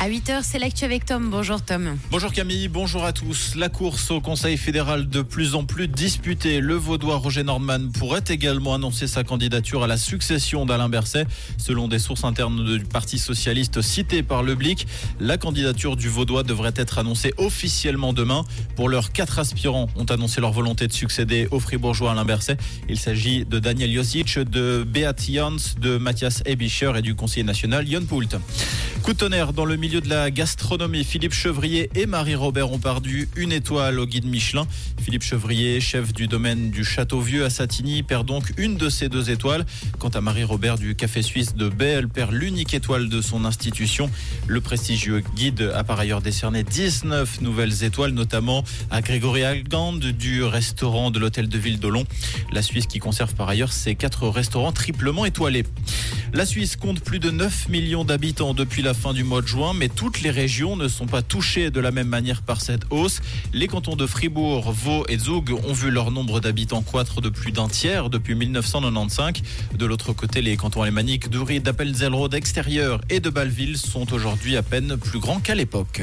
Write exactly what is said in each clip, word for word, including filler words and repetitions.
À huit heures, c'est l'actu avec Tom. Bonjour Tom. Bonjour Camille, bonjour à tous. La course au Conseil fédéral de plus en plus disputée. Le Vaudois Roger Nordman pourrait également annoncer sa candidature à la succession d'Alain Berset. Selon des sources internes du Parti socialiste citées par le Blick, la candidature du Vaudois devrait être annoncée officiellement demain. Pour l'heure, quatre aspirants ont annoncé leur volonté de succéder au Fribourgeois Alain Berset. Il s'agit de Daniel Josic, de Beat Jans, de Matthias Ebischer et du conseiller national Jon Poult. Coup de tonnerre dans le milieu de la gastronomie. Philippe Chevrier et Marie-Robert ont perdu une étoile au guide Michelin. Philippe Chevrier, chef du domaine du Château Vieux à Satigny, perd donc une de ses deux étoiles. Quant à Marie-Robert du Café Suisse de Baie, elle perd l'unique étoile de son institution. Le prestigieux guide a par ailleurs décerné dix-neuf nouvelles étoiles, notamment à Grégory Algand du restaurant de l'hôtel de ville d'Olon. La Suisse qui conserve par ailleurs ses quatre restaurants triplement étoilés. La Suisse compte plus de neuf millions d'habitants depuis la fin du mois de juin, mais toutes les régions ne sont pas touchées de la même manière par cette hausse. Les cantons de Fribourg, Vaud et Zug ont vu leur nombre d'habitants croître de plus d'un tiers depuis mille neuf cent quatre-vingt-quinze. De l'autre côté, les cantons alémaniques d'Uri, d'Appelzelrode extérieur et de Bâle-Ville sont aujourd'hui à peine plus grands qu'à l'époque.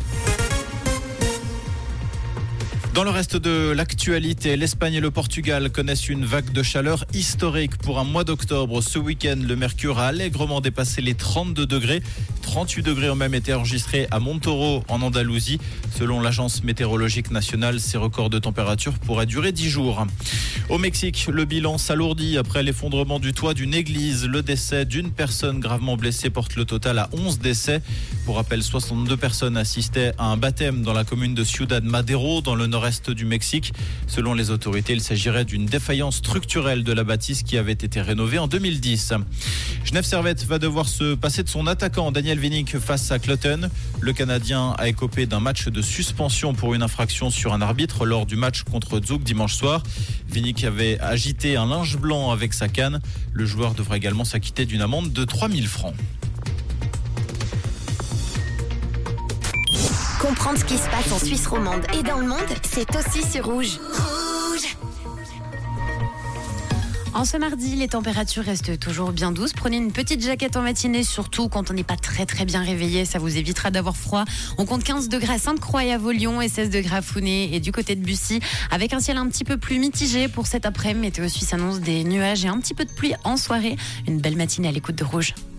Dans le reste de l'actualité, l'Espagne et le Portugal connaissent une vague de chaleur historique pour un mois d'octobre. Ce week-end, le mercure a allègrement dépassé les trente-deux degrés. trente-huit degrés ont même été enregistrés à Montoro, en Andalousie. Selon l'Agence météorologique nationale, ces records de température pourraient durer dix jours. Au Mexique, le bilan s'alourdit après l'effondrement du toit d'une église. Le décès d'une personne gravement blessée porte le total à onze décès. Pour rappel, soixante-deux personnes assistaient à un baptême dans la commune de Ciudad Madero, dans le nord-est du Mexique. Selon les autorités, il s'agirait d'une défaillance structurelle de la bâtisse qui avait été rénovée en deux mille dix. Genève Servette va devoir se passer de son attaquant Daniel Winnick face à Cloton. Le Canadien a écopé d'un match de suspension pour une infraction sur un arbitre lors du match contre Zug dimanche soir. Winnick avait agité un linge blanc avec sa canne. Le joueur devra également s'acquitter d'une amende de trois mille francs. Comprendre ce qui se passe en Suisse romande et dans le monde, c'est aussi sur Rouge. Rouge. En ce mardi, les températures restent toujours bien douces. Prenez une petite jaquette en matinée, surtout quand on n'est pas très très bien réveillé. Ça vous évitera d'avoir froid. On compte quinze degrés à Sainte-Croix et à Vaulion et seize degrés à Founé et du côté de Bussy. Avec un ciel un petit peu plus mitigé pour cet après-midi. Météo Suisse annonce des nuages et un petit peu de pluie en soirée. Une belle matinée à l'écoute de Rouge.